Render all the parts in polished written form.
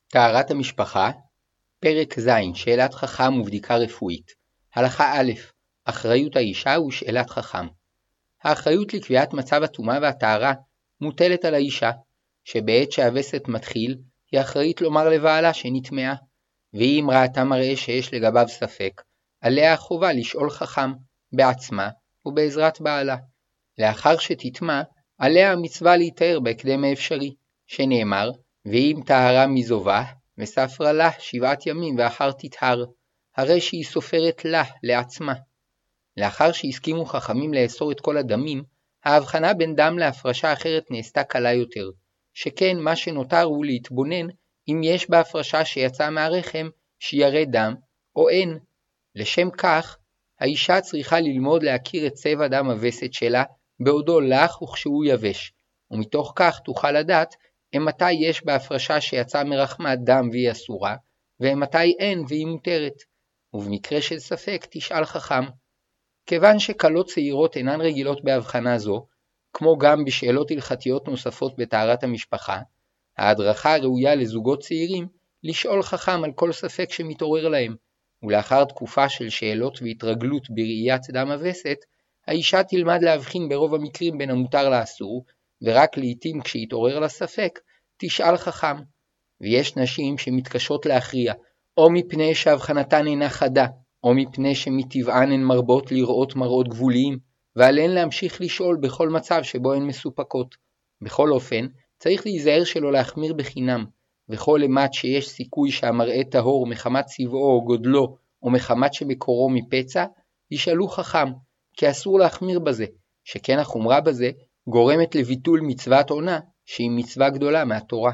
טהרת המשפחה, פרק ז', שאלת חכם ובדיקה רפואית. הלכה א', אחריות האישה ושאלת חכם. האחריות לקביעת מצב הטומאה והטהרה מוטלת על האישה, שבעת שהווסת מתחיל, היא אחראית לומר לבעלה שנטמעה, ואם ראתה מראה שיש לגביו ספק, עליה החובה לשאול חכם, בעצמה ובעזרת בעלה. לאחר שתטמע, עליה המצווה להתאר בהקדם האפשרי, שנאמר, ואם טהרה מזובה, וספרה לה 7 ימים ואחר תטהר, הרי שהיא סופרת לה לעצמה. לאחר שהסכימו חכמים לאסור את כל הדמים, ההבחנה בין דם להפרשה אחרת נעשתה קלה יותר, שכן מה שנותר הוא להתבונן אם יש בהפרשה שיצאה מהרחם שירא דם או אין. לשם כך, האישה צריכה ללמוד להכיר את צבע דם הווסת שלה בעודו לח וכשהוא יבש, ומתוך כך תוכל לדעת מתי יש בהפרשה שיצאה מרחמה דם והיא אסורה, ומתי אין והיא מותרת. ובמקרה של ספק תשאל חכם. כיוון שקלות צעירות אינן רגילות בהבחנה זו, כמו גם בשאלות הלכתיות נוספות בטהרת המשפחה, ההדרכה ראויה לזוגות צעירים לשאול חכם על כל ספק שמתעורר להם, ולאחר תקופה של שאלות והתרגלות בראיית דם הווסת, האישה תלמד להבחין ברוב המקרים בין המותר לאסור, ורק לעתים כשהתעורר לה ספק, תשאל חכם. ויש נשים שמתקשות להכריע, או מפני שהבחנתן אינה חדה, או מפני שמטבען הן מרבות לראות מראות גבוליים, ועליהן להמשיך לשאול בכל מצב שבו הן מסופקות. בכל אופן, צריך להיזהר שלא להחמיר בחינם, וכל אימת שיש סיכוי שהמראה טהור מחמת צבעו או גודלו, או מחמת שמקורו מפצע, ישאלו חכם, כי אסור להחמיר בזה, שכן החומרה בזה גורמת לביטול מצוות עונה, שהיא מצווה גדולה מהתורה.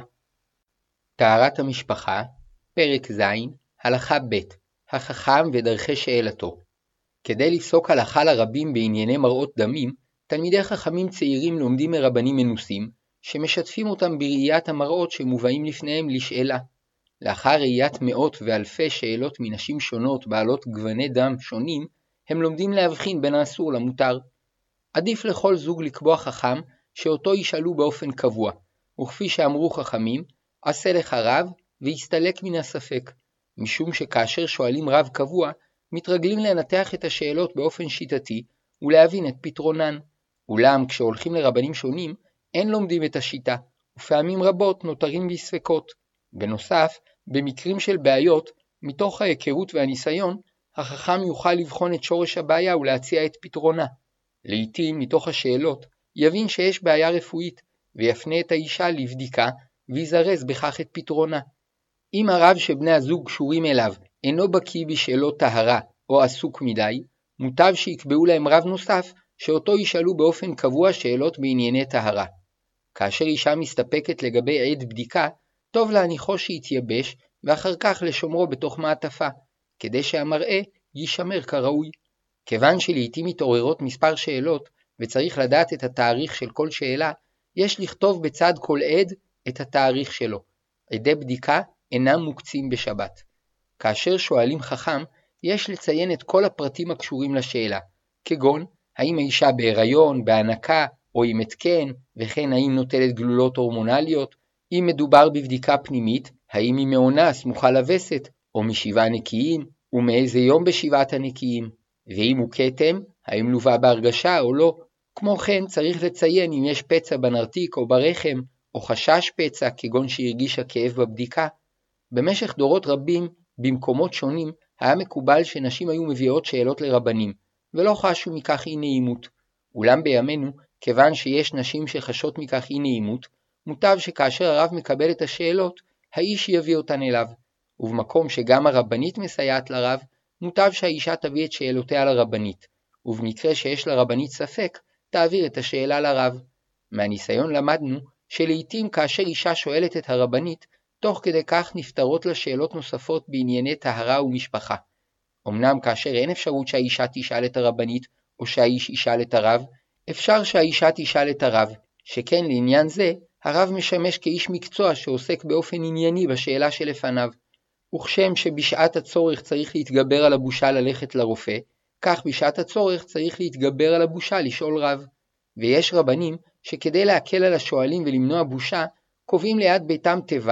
טהרת המשפחה, פרק ז', הלכה ב', החכם ודרכי שאלתו. כדי לפסוק הלכה לרבים בענייני מראות דמים, תלמידי חכמים צעירים לומדים מרבנים מנוסים, שמשתפים אותם בראיית המראות שמובאים לפניהם לשאלה. לאחר ראיית מאות ואלפי שאלות מנשים שונות בעלות גווני דם שונים, הם לומדים להבחין בין האסור למותר. עדיף לכל זוג לקבוע חכם שאותו ישאלו באופן קבוע, וכפי שאמרו חכמים, עשה לך רב ויסתלק מן הספק, משום שכאשר שואלים רב קבוע, מתרגלים לנתח את השאלות באופן שיטתי ולהבין את פתרונן. אולם כשהולכים לרבנים שונים, אין לומדים את השיטה, ופעמים רבות נותרים בספקות. בנוסף, במקרים של בעיות, מתוך ההיכרות והניסיון, החכם יוכל לבחון את שורש הבעיה ולהציע את פתרונה. לעתים, מתוך השאלות, יבין שיש בעיה רפואית, ויפנה את האישה לבדיקה, ויזרז בכך את פתרונה. אם הרב שבני הזוג קשורים אליו אינו בקיא בשאלות טהרה או עסוק מדי, מוטב שיקבעו להם רב נוסף שאותו ישאלו באופן קבוע שאלות בענייני טהרה. כאשר אישה מסתפקת לגבי עד בדיקה, טוב להניחו שיתייבש ואחר כך לשומרו בתוך מעטפה, כדי שהמראה יישמר כראוי. כיוון שלעיתים מתעוררות מספר שאלות וצריך לדעת את התאריך של כל שאלה, יש לכתוב בצד כל עד את התאריך שלו. עדי בדיקה אינם מוקצים בשבת. כאשר שואלים חכם, יש לציין את כל הפרטים הקשורים לשאלה, כגון האם האישה בהיריון, בהנקה או עם התקן, וכן האם נוטלת גלולות הורמונליות, אם מדובר בבדיקה פנימית, האם היא מעונה סמוכה לווסת, או משבעה נקיים, ומאיזה יום בשבעת הנקיים, ואם הוא כתם, האם לווה בהרגשה או לא. כמו כן צריך לציין אם יש פצע בנרתיק או ברחם, או חשש פצע כגון שהרגישה כאב בבדיקה. במשך דורות רבים, במקומות שונים, היה מקובל שנשים היו מביאות שאלות לרבנים, ולא חשו מכך אי נעימות. אולם בימינו, כיוון שיש נשים שחשות מכך אי נעימות, מוטב שכאשר הרב מקבל את השאלות, האיש יביא אותן אליו. ובמקום שגם הרבנית מסייעת לרב, מוטב שהאישה תביא את שאלותיה לרבנית, ובמקרה שיש לרבנית ספק, תעביר את השאלה לרב. מהניסיון למדנו שלעיתים כאשר אישה שואלת את הרבנית, תוך כדי כך נפתרות לה שאלות נוספות בענייני טהרה ומשפחה. אמנם כאשר אין אפשרות שהאישה תשאל את הרבנית, או שהאיש ישאל את הרב, אפשר שהאישה תשאל את הרב, שכן לעניין זה, הרב משמש כאיש מקצוע שעוסק באופן ענייני בשאלה שלפניו. וכשם שבשעת הצורך צריך להתגבר על הבושה ללכת לרופא, כך בשעת הצורך צריך להתגבר על הבושה לשאול רב. ויש רבנים שכדי להקל על השואלים ולמנוע בושה, קובעים ליד ביתם תיבה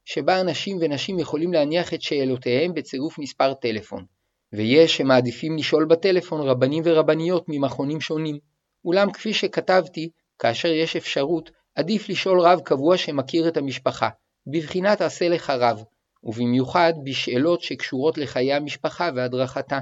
שבה אנשים ונשים יכולים להניח את שאלותיהם בצירוף מספר טלפון, ויש שמעדיפים לשאול בטלפון רבנים ורבניות ממכונים שונים. אולם כפי שכתבתי, כאשר יש אפשרות, עדיף לשאול רב קבוע שמכיר את המשפחה, בבחינת עשה לך רב, ובמיוחד בשאלות שקשורות לחיי המשפחה והדרכתה.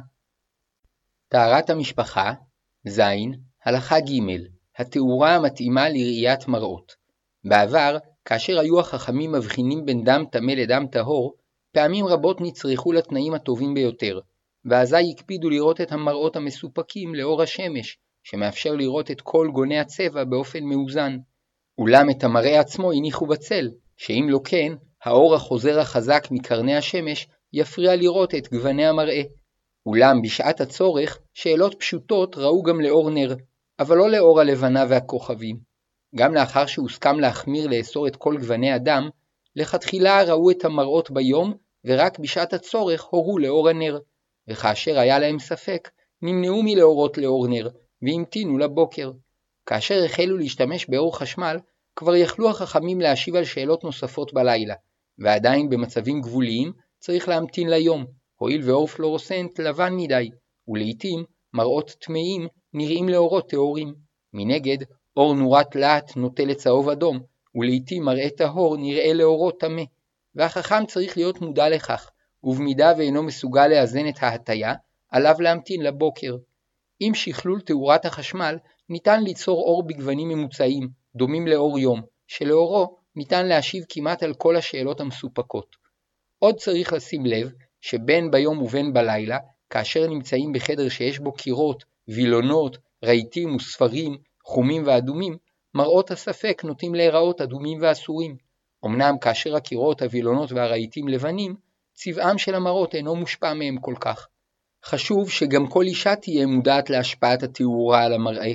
טהרת המשפחה, ז. הלכה ג' התאורה המתאימה לראיית מראות. בעבר, כאשר היו החכמים מבחינים בין דם טמא לדם טהור, פעמים רבות נצרכו לתנאים הטובים ביותר, ואזי הקפידו לראות את המראות המסופקים לאור השמש, שמאפשר לראות את כל גוני הצבע באופן מאוזן. אולם את המראה עצמו הניחו בצל, שאם לא כן, האור החוזר החזק מקרני השמש יפריע לראות את גווני המראה. אולם בשעת הצורך, שאלות פשוטות ראו גם לאור נר, אבל לא לאור הלבנה והכוכבים. גם לאחר שהוסכם להחמיר לאסור את כל גווני הדם, לכתחילה ראו את המראות ביום, ורק בשעת הצורך הורו לאור הנר, וכאשר היה להם ספק, נמנעו מלאורות לאור נר, והמתינו לבוקר. כאשר החלו להשתמש באור חשמל, כבר יכלו החכמים להשיב על שאלות נוספות בלילה, ועדיין במצבים גבוליים צריך להמתין ליום, הואיל ואור פלורוסנט לבן מדי, ולעיתים מראות טמאים נראים לאורות טהורים. מנגד, אור נורת להט נוטה לצהוב אדום, ולעיתים מראה טהור נראה לאורות טמא, והחכם צריך להיות מודע לכך, ובמידה ואינו מסוגל לאזן את ההטיה, עליו להמתין לבוקר. עם שכלול תאורת החשמל, ניתן ליצור אור בגוונים ממוצעים, דומים לאור יום, שלאורו ניתן להשיב כמעט על כל השאלות המסופקות. עוד צריך לשים לב, שבין ביום ובין בלילה, כאשר נמצאים בחדר שיש בו קירות, וילונות, רהיטים וספרים, חומים ואדומים, מראות הספק נוטים להיראות אדומים ואסורים. אמנם כאשר הקירות, הווילונות והרהיטים לבנים, צבעם של המראות אינו מושפע מהם כל כך. חשוב שגם כל אישה תהיה מודעת להשפעת התאורה על המראה,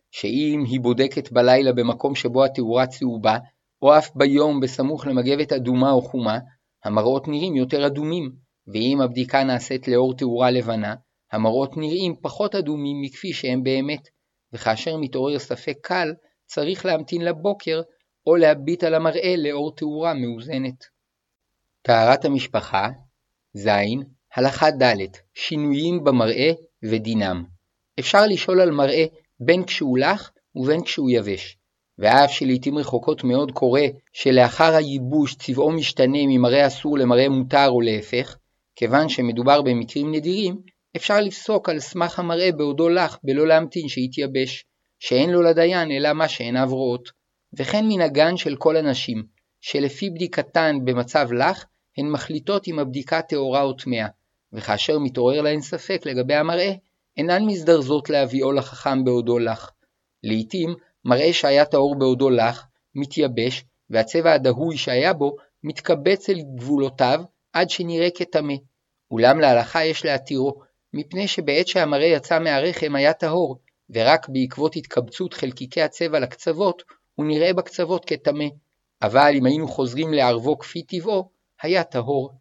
שאם היא בודקת בלילה במקום שבו התאורה צהובה, או אף ביום בסמוך למגבת אדומה או חומה, המראות נראים יותר אדומים, ואם הבדיקה נעשית לאור תאורה לבנה, המראות נראים פחות אדומים מכפי שהם באמת, וכאשר מתעורר ספק קל, צריך להמתין לבוקר, או להביט על המראה לאור תאורה מאוזנת. טהרת המשפחה, ז. הלכה ד' שינויים במראה ודינם. אפשר לשאול על מראה בין כשהוא לח ובין כשהוא יבש, ואף שלעיתים רחוקות מאוד קורה שלאחר הייבוש צבעו משתנה ממראה אסור למראה מותר או להפך, כיוון שמדובר במקרים נדירים, אפשר לפסוק על סמך המראה בעודו לח בלא להמתין שיתייבש, שאין לו לדיין אלא מה שעיניו רואות. וכן מנהגן של כל הנשים, שלפי בדיקתן במצב לח, הן מחליטות אם הבדיקה טהורה או טמאה, וכאשר מתעורר להן ספק לגבי המראה, אינן מזדרזות להביאו לחכם בעודו לח. לעתים, מראה שהיה טהור בעודו לח, מתייבש, והצבע הדהוי שהיה בו מתקבץ אל גבולותיו עד שנראה כטמא. אולם להלכה יש להתירו, מפני שבעת שהמראה יצא מהרחם היה טהור, ורק בעקבות התקבצות חלקיקי הצבע לקצוות, הוא נראה בקצוות כטמא. אבל אם היינו חוזרים לערבו כפי טבעו, היה טהור.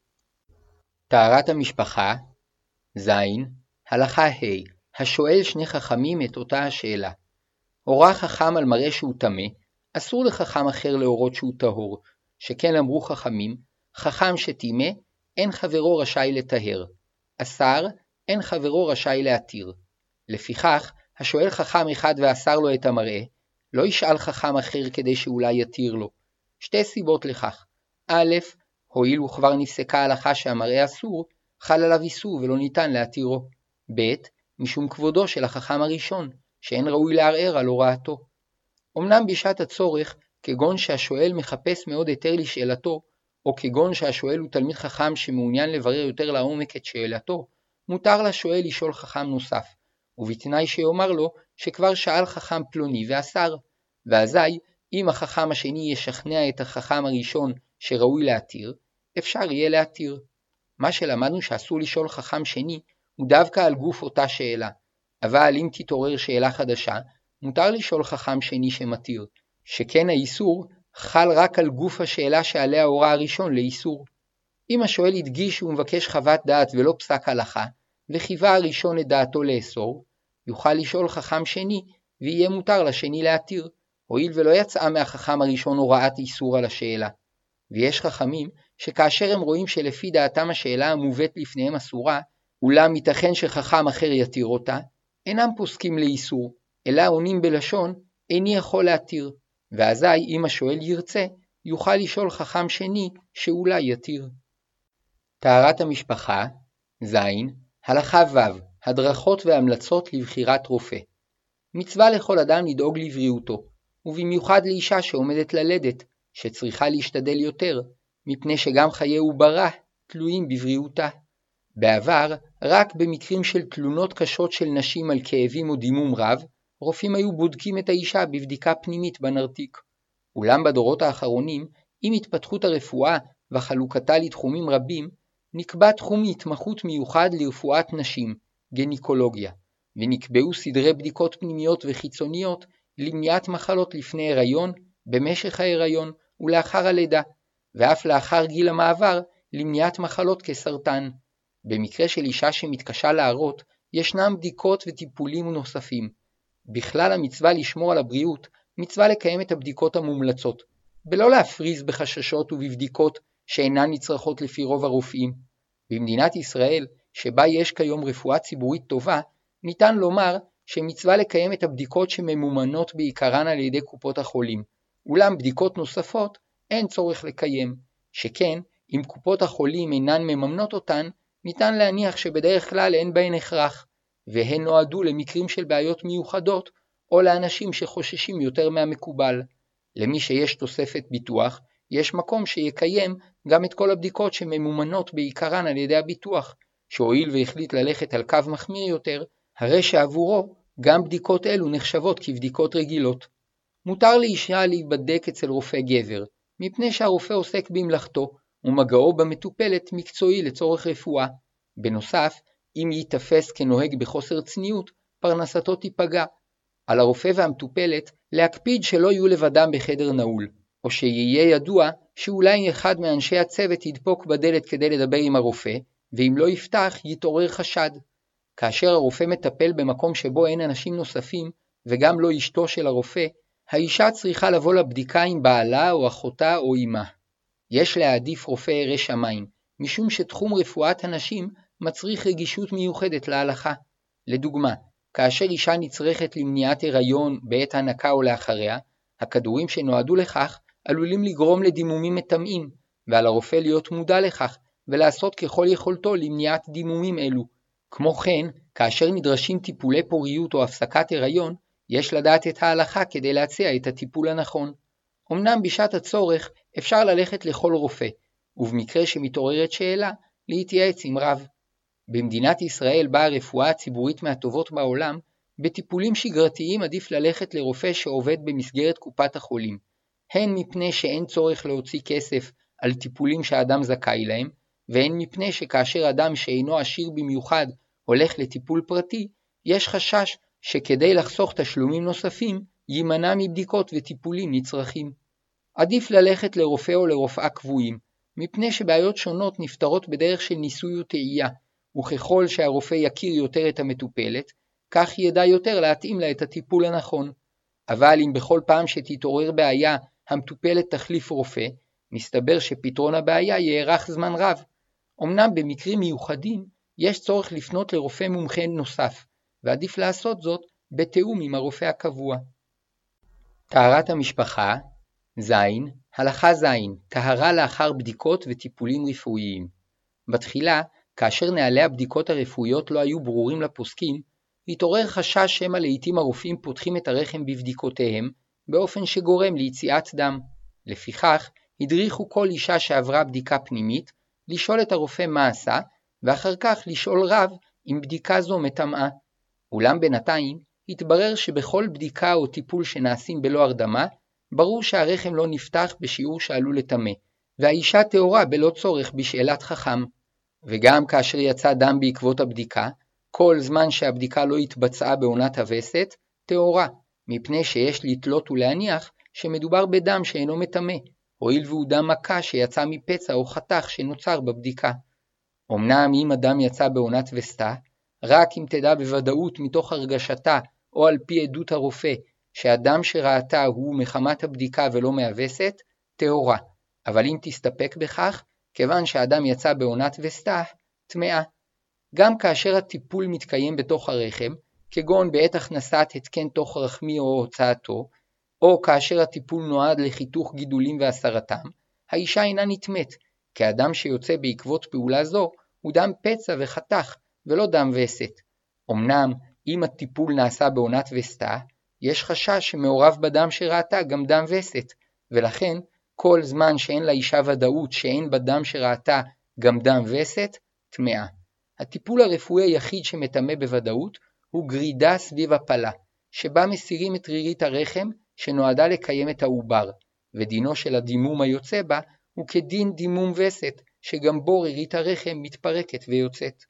טהרת המשפחה, ז. הלכה ה' השואל שני חכמים את אותה השאלה. הורה חכם על מראה שהוא טמא, אסור לחכם אחר להורות שהוא טהור, שכן אמרו חכמים, חכם שטימא, אין חברו רשאי לטהר, אסר, אין חברו רשאי להתיר. לפיכך, השואל חכם אחד ואסר לו את המראה, לא ישאל חכם אחר כדי שאולי יתיר לו. שתי סיבות לכך. א', הואיל וכבר נפסקה ההלכה שהמראה אסור, חל עליו איסור ולא ניתן להתירו. ב', משום כבודו של החכם הראשון, שאין ראוי לערער על הוראתו. אמנם בשעת הצורך, כגון שהשואל מחפש מאוד היתר לשאלתו, או כגון שהשואל הוא תלמיד חכם שמעוניין לברר יותר לעומק את שאלתו, מותר לשואל לשאול חכם נוסף, ובתנאי שיאמר לו שכבר שאל חכם פלוני ואסר, ואזי אם החכם השני ישכנע את החכם הראשון שראוי להתיר, אפשר יהיה להתיר. מה שלמדנו שאסור לשאול חכם שני הוא דווקא על גוף אותה שאלה, אבל אם תתעורר שאלה חדשה, מותר לשאול חכם שני שמתיר, שכן האיסור חל רק על גוף השאלה שעליה הורה הראשון לאיסור. אם השואל הדגיש ומבקש חוות דעת ולא פסק הלכה, וחיווה הראשון את דעתו לאסור, יוכל לשאול חכם שני, ויהיה מותר לשני להתיר, הואיל ולא יצאה מהחכם הראשון הוראת איסור על השאלה. ויש חכמים שכאשר הם רואים שלפי דעתם השאלה המובאת לפניהם אסורה, אולם ייתכן שחכם אחר יתיר אותה, אינם פוסקים לאיסור, אלא עונים בלשון, איני יכול להתיר, ואזי אם השואל ירצה, יוכל לשאול חכם שני שאולי יתיר. טהרת המשפחה, זין, הלכה ו' הדרכות והמלצות לבחירת רופא. מצווה לכל אדם לדאוג לבריאותו, ובמיוחד לאישה שעומדת ללדת, שצריכה להשתדל יותר, מפני שגם חיי עוברה תלויים בבריאותה. בעבר, רק במקרים של תלונות קשות של נשים על כאבים או דימום רב, רופאים היו בודקים את האישה בבדיקה פנימית בנרתיק. אולם בדורות האחרונים, עם התפתחות הרפואה וחלוקתה לתחומים רבים, נקבע תחום התמחות מיוחד לרפואת נשים, גניקולוגיה, ונקבעו סדרי בדיקות פנימיות וחיצוניות למניעת מחלות לפני הריון, במשך ההיריון ולאחר הלידה, ואף לאחר גיל המעבר למניעת מחלות כסרטן. במקרה של אישה שמתקשה להרות, ישנם בדיקות וטיפולים נוספים. בכלל המצווה לשמור על הבריאות, מצווה לקיים את הבדיקות המומלצות, בלא להפריז בחששות ובבדיקות שאינן נצרכות לפי רוב הרופאים. במדינת ישראל, שבה יש כיום רפואה ציבורית טובה, ניתן לומר שמצווה לקיים את הבדיקות שממומנות בעיקרן על ידי קופות החולים, אולם בדיקות נוספות אין צורך לקיים, שכן אם קופות החולים אינן מממנות אותן, ניתן להניח שבדרך כלל אין בהן הכרח, והן נועדו למקרים של בעיות מיוחדות, או לאנשים שחוששים יותר מהמקובל. למי שיש תוספת ביטוח, יש מקום שיקיים גם את כל הבדיקות שממומנות בעיקרן על ידי הביטוח, שהואיל והחליט ללכת על קו מחמיר יותר, הרי שעבורו גם בדיקות אלו נחשבות כבדיקות רגילות. מותר לאישה להיבדק אצל רופא גבר, מפני שהרופא עוסק במלאכתו, ומגעו במטופלת מקצועי לצורך רפואה. בנוסף, אם ייתפס כנוהג בחוסר צניעות, פרנסתו תיפגע. על הרופא והמטופלת להקפיד שלא יהיו לבדם בחדר נעול, או שיהיה ידוע שאולי אחד מאנשי הצוות ידפוק בדלת כדי לדבר עם הרופא, ואם לא יפתח יתעורר חשד. כאשר הרופא מטפל במקום שבו אין אנשים נוספים, וגם לא אשתו של הרופא, האישה צריכה לבוא לבדיקה עם בעלה או אחותה או אמה. יש להעדיף רופא ירא שמיים, משום שתחום רפואת הנשים מצריך רגישות מיוחדת להלכה. לדוגמה, כאשר אישה נצרכת למניעת הריון בעת הנקה או לאחריה, הכדורים שנועדו לכך עלולים לגרום לדימומים מטמאים, ועל הרופא להיות מודע לכך ולעשות ככל יכולתו למניעת דימומים אלו. כמו כן, כאשר נדרשים טיפולי פוריות או הפסקת הריון, יש לדעת את ההלכה כדי להציע את הטיפול הנכון. אמנם בשעת הצורך אפשר ללכת לכל רופא, ובמקרה שמתעוררת שאלה, להתייעץ עם רב. במדינת ישראל בה הרפואה הציבורית מהטובות בעולם, בטיפולים שגרתיים עדיף ללכת לרופא שעובד במסגרת קופת החולים, הן מפני שאין צורך להוציא כסף על טיפולים שהאדם זכאי להם, והן מפני שכאשר אדם שאינו עשיר במיוחד הולך לטיפול פרטי, יש חשש שכדי לחסוך תשלומים נוספים, יימנע מבדיקות וטיפולים נצרכים. עדיף ללכת לרופא או לרופאה קבועים, מפני שבעיות שונות נפתרות בדרך של ניסוי וטעייה, וככל שהרופא יכיר יותר את המטופלת, כך ידע יותר להתאים לה את הטיפול הנכון. אבל אם בכל פעם שתתעורר בעיה המטופלת תחליף רופא, מסתבר שפתרון הבעיה יארך זמן רב. אמנם במקרים מיוחדים יש צורך לפנות לרופא מומחה נוסף, ועדיף לעשות זאת בתיאום עם הרופא הקבוע. טהרת המשפחה, זין, הלכה זין, טהרה לאחר בדיקות וטיפולים רפואיים. בתחילה, כאשר נהלי הבדיקות הרפואיות לא היו ברורים לפוסקים, התעורר חשש שמא לעתים הרופאים פותחים את הרחם בבדיקותיהם, באופן שגורם ליציאת דם. לפיכך, הדריכו כל אישה שעברה בדיקה פנימית, לשאול את הרופא מה עשה, ואחר כך לשאול רב אם בדיקה זו מטמאה. אולם בינתיים, התברר שבכל בדיקה או טיפול שנעשים בלא הרדמה, ברור שהרחם לא נפתח בשיעור שעלול לטמא, והאישה טהורה בלא צורך בשאלת חכם. וגם כאשר יצא דם בעקבות הבדיקה, כל זמן שהבדיקה לא התבצעה בעונת הווסת, טהורה, מפני שיש לתלות ולהניח שמדובר בדם שאינו מטמא, הואיל והוא דם מכה שיצא מפצע או חתך שנוצר בבדיקה. אמנם אם הדם יצא בעונת וסתה, רק אם תדע בוודאות מתוך הרגשתה או על פי עדות הרופא שהדם שראתה הוא מחמת הבדיקה ולא מהווסת, טהורה, אבל אם תסתפק בכך, כיוון שהאדם יצא בעונת וסתה, טמאה. גם כאשר הטיפול מתקיים בתוך הרחם, כגון בעת הכנסת התקן תוך רחמי או הוצאתו, או כאשר הטיפול נועד לחיתוך גידולים והסרתם, האישה אינה נטמאת, כי האדם שיוצא בעקבות פעולה זו הוא דם פצע וחתך ולא דם וסת. אמנם אם הטיפול נעשה בעונת וסתה, יש חשש שמעורב בדם שראתה גם דם וסת, ולכן כל זמן שאין לאישה ודאות שאין בדם שראתה גם דם וסת, טמאה. הטיפול הרפואי היחיד שמטמא בוודאות הוא גרידה סביב הפלה, שבה מסירים את רירית הרחם שנועדה לקיים את העובר, ודינו של הדימום היוצא בה הוא כדין דימום וסת, שגם בו רירית הרחם מתפרקת ויוצאת.